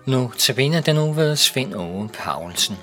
Nu tabiner den uge ved Svend Åge Paulsen.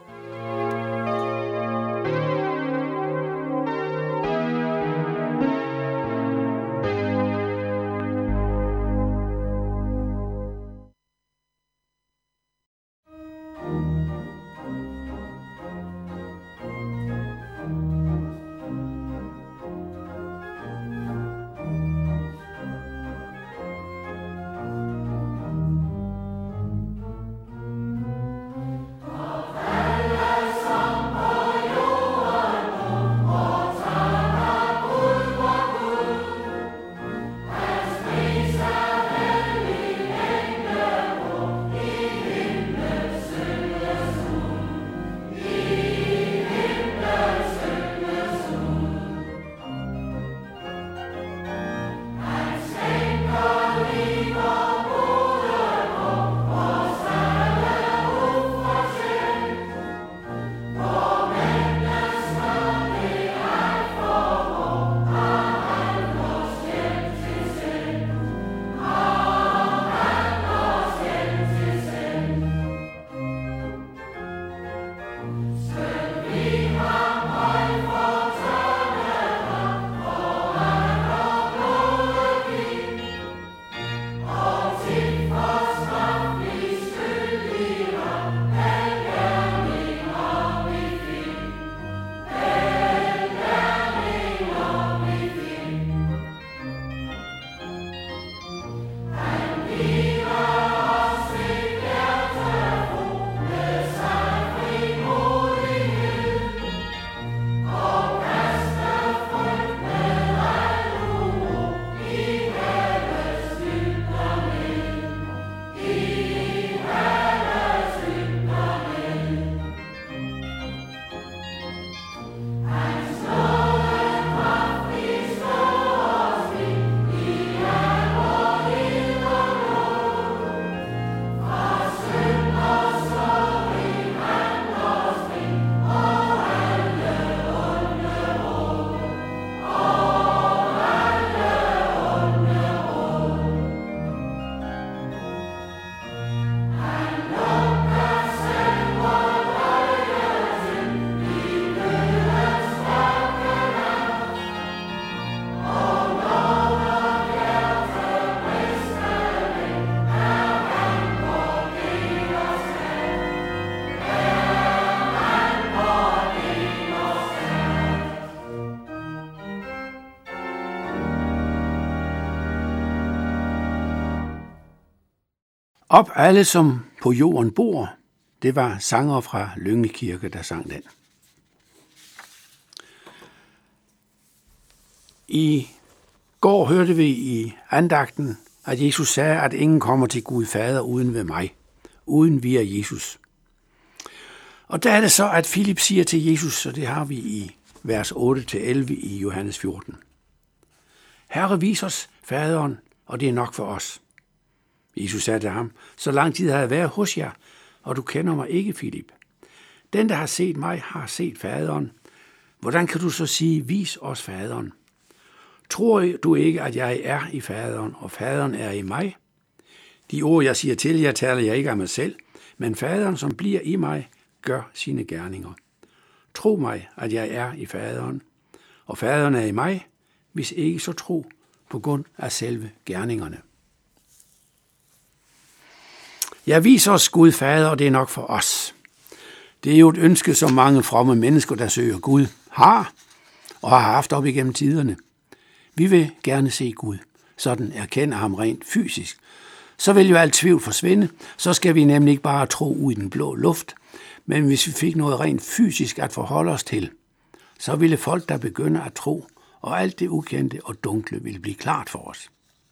Op alle, som på jorden bor, det var sangere fra Lynge Kirke, der sang den. I går hørte vi i andagten, at Jesus sagde, at ingen kommer til Gud Fader uden ved mig, uden via Jesus. Og der er det så, at Filip siger til Jesus, og det har vi i vers 8-11 i Johannes 14. Herre, vis os faderen, og det er nok for os. Jesus sagde til ham, så lang tid har jeg været hos jer, og du kender mig ikke, Filip. Den, der har set mig, har set faderen. Hvordan kan du så sige, vis os faderen? Tror du ikke, at jeg er i faderen, og faderen er i mig? De ord, jeg siger til jer, taler jeg ikke af mig selv, men faderen, som bliver i mig, gør sine gerninger. Tro mig, at jeg er i faderen, og faderen er i mig, hvis ikke så tro på grund af selve gerningerne. Jeg viser os Gud Fader, og det er nok for os. Det er jo et ønske, som mange fromme mennesker, der søger Gud, har og har haft op igennem tiderne. Vi vil gerne se Gud, sådan erkende ham rent fysisk. Så vil jo alt tvivl forsvinde, så skal vi nemlig ikke bare tro ud i den blå luft, men hvis vi fik noget rent fysisk at forholde os til, så ville folk, der begynder at tro, og alt det ukendte og dunkle ville blive klart for os.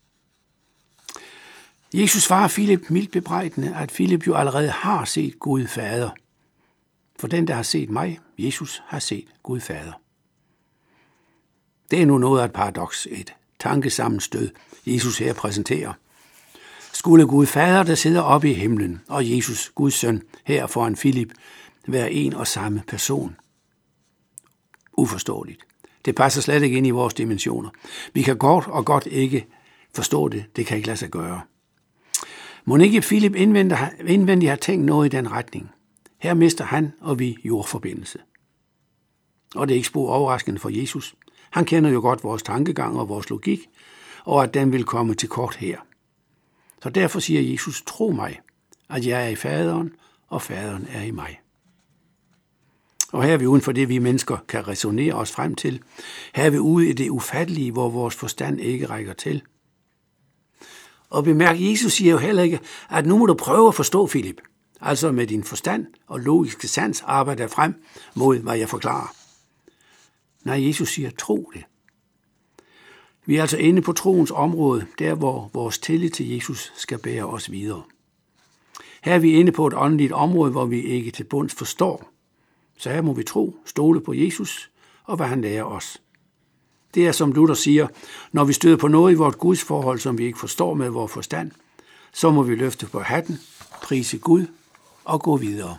Jesus svarer Filip mildt bebrejdende, at Filip jo allerede har set Gud Fader. For den, der har set mig, Jesus, har set Gud Fader. Det er nu noget af et paradoks, et tankesammenstød, Jesus her præsenterer. Skulle Gud Fader, der sidder oppe i himlen, og Jesus, Guds søn, her foran Filip, være en og samme person? Uforståeligt. Det passer slet ikke ind i vores dimensioner. Vi kan godt ikke forstå det. Det kan ikke lade sig gøre. Må ikke Filip indvendigt have tænkt noget i den retning? Her mister han og vi jordforbindelse. Og det er ikke spor overraskende for Jesus. Han kender jo godt vores tankegang og vores logik, og at den vil komme til kort her. Så derfor siger Jesus, tro mig, at jeg er i faderen, og faderen er i mig. Og her er vi uden for det, vi mennesker kan resonere os frem til. Her er vi ude i det ufattelige, hvor vores forstand ikke rækker til. Og bemærk, Jesus siger jo heller ikke, at nu må du prøve at forstå, Filip. Altså med din forstand og logiske sans arbejde frem mod, hvad jeg forklarer. Nej, Jesus siger, tro det. Vi er altså inde på troens område, der hvor vores tillid til Jesus skal bære os videre. Her er vi inde på et åndeligt område, hvor vi ikke til bunds forstår. Så her må vi tro, stole på Jesus og hvad han lærer os. Det er som Luther siger, når vi støder på noget i vort gudsforhold, som vi ikke forstår med vores forstand, så må vi løfte på hatten, prise Gud og gå videre.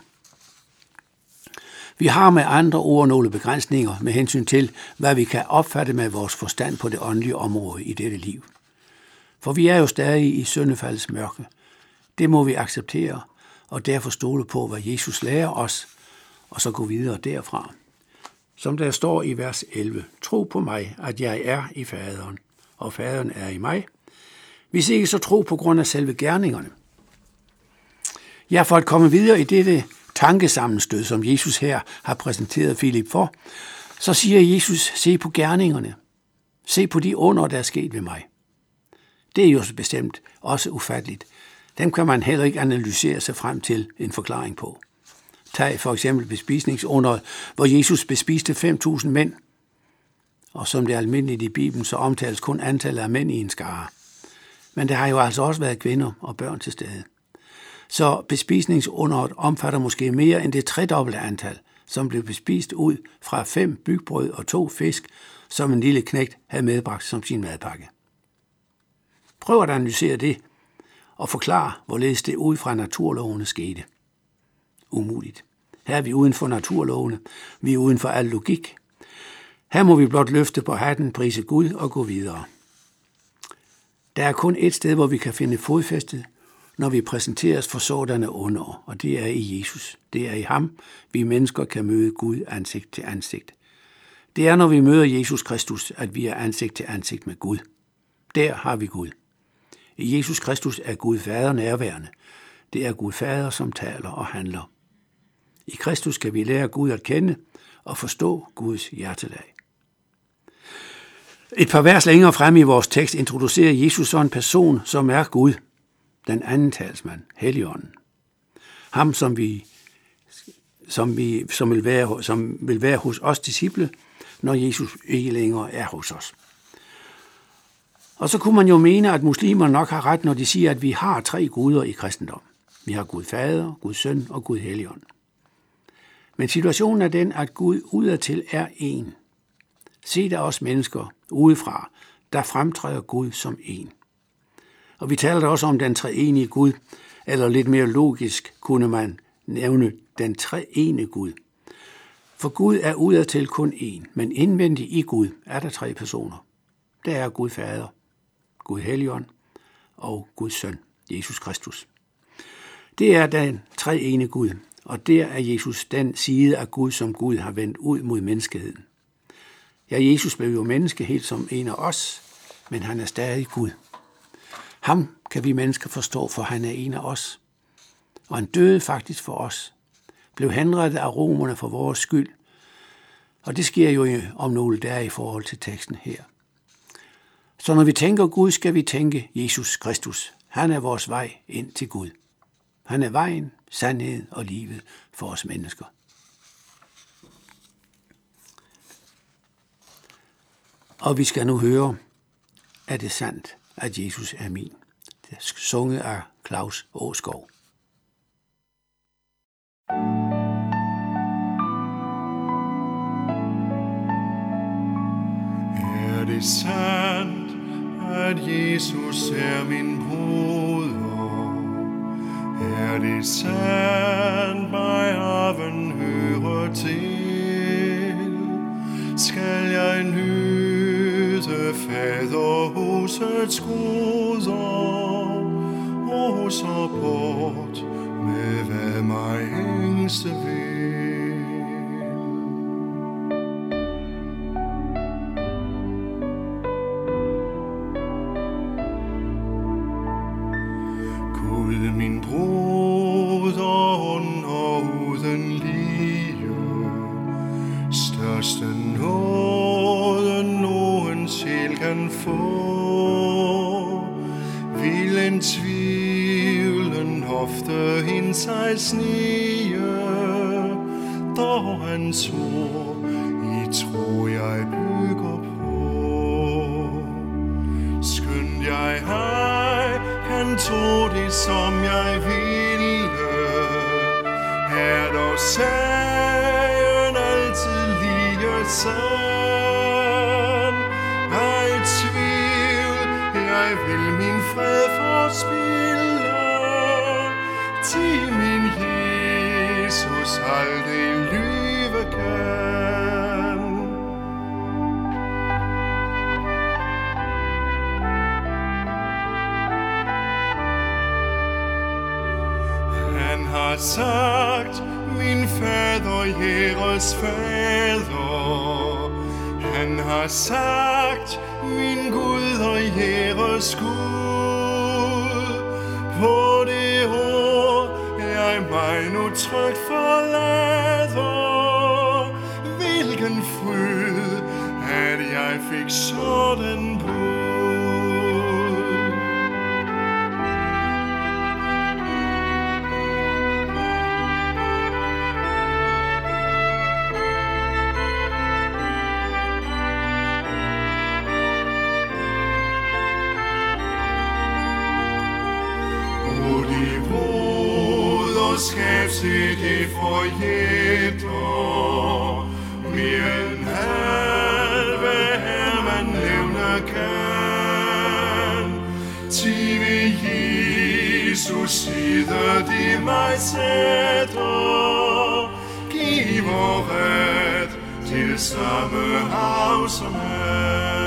Vi har med andre ord nogle begrænsninger med hensyn til, hvad vi kan opfatte med vores forstand på det åndelige område i dette liv. For vi er jo stadig i syndefaldets mørke. Det må vi acceptere, og derfor stole på, hvad Jesus lærer os, og så gå videre derfra. Som der står i vers 11, tro på mig, at jeg er i faderen, og faderen er i mig. Hvis ikke så tro på grund af selve gerningerne. Ja, for at komme videre i dette tankesammenstød, som Jesus her har præsenteret Filip for, så siger Jesus, se på gerningerne. Se på de under, der er sket ved mig. Det er jo bestemt også ufatteligt. Dem kan man heller ikke analysere sig frem til en forklaring på. Tag for eksempel bespisningsunderet, hvor Jesus bespiste 5.000 mænd. Og som det er almindeligt i Bibelen, så omtales kun antallet af mænd i en skare. Men der har jo altså også været kvinder og børn til stede. Så bespisningsunderet omfatter måske mere end det tredobbelte antal, som blev bespist ud fra 5 bygbrød og 2 fisk, som en lille knægt havde medbragt som sin madpakke. Prøv at analysere det og forklare, hvorledes det ud fra naturlovene skete. Umuligt. Her er vi uden for naturlovene. Vi er uden for al logik. Her må vi blot løfte på hatten, prise Gud og gå videre. Der er kun et sted, hvor vi kan finde fodfæstet, når vi præsenteres for sådanne under, og det er i Jesus. Det er i ham, vi mennesker kan møde Gud ansigt til ansigt. Det er, når vi møder Jesus Kristus, at vi er ansigt til ansigt med Gud. Der har vi Gud. I Jesus Kristus er Gud Fader nærværende. Det er Gud Fader, som taler og handler. I Kristus skal vi lære Gud at kende og forstå Guds hjertelag. Et par vers længere frem i vores tekst introducerer Jesus så en person, som er Gud, den anden talsmand, Helligånden. Ham, som vil være hos os disciple, når Jesus ikke længere er hos os. Og så kunne man jo mene, at muslimer nok har ret, når de siger, at vi har 3 guder i kristendom. Vi har Gud Fader, Gud Søn og Gud Helligånd. Men situationen er den, at Gud udadtil er én. Se der os mennesker udefra, der fremtræder Gud som én. Og vi taler også om den treenige Gud, eller lidt mere logisk kunne man nævne den treenige Gud. For Gud er udadtil kun én, men indvendigt i Gud er der 3 personer. Der er Gud Fader, Gud Helligånd og Guds Søn, Jesus Kristus. Det er den treenige Gud, og der er Jesus den side af Gud, som Gud har vendt ud mod menneskeheden. Ja, Jesus blev jo menneske helt som en af os, men han er stadig Gud. Ham kan vi mennesker forstå, for han er en af os. Og han døde faktisk for os. Blev henrettet af romerne for vores skyld. Og det sker jo om nogle dage i forhold til teksten her. Så når vi tænker Gud, skal vi tænke Jesus Kristus. Han er vores vej ind til Gud. Han er vejen, sandheden og livet for os mennesker. Og vi skal nu høre, er det sandt, at Jesus er min? Det er sunget af Claus Åskov. Er det sandt, at Jesus er min broder? Er det sandt, mig arven hører til? Skal jeg nyde faderhusets goder og så bort med hvad mig ængste vil. Gud min broder under uden lige, største nåde nogen sjæl kan få. Vil en tvivlen ofte ind sig snige, dog hans ord i tro jeg bygger på. Skynd jeg ej, han tog det som jeg ville, er dog sagen altid lige sand. Ej tvivl, jeg vil min fred forspille, til min Jesus aldrig lyve kan. Han har sagt, min fader, Jeres fader. Han har sagt, min Gud og Jeres Gud. På det ord jeg mig nu trygt forlader. Hvilken fryd, at jeg fik sådan bud. Skab se det forjætter, mere end alt, hvad her man nævner kan. Til ved Jesus side de mig sætter, giv vor ret til samme hav som han.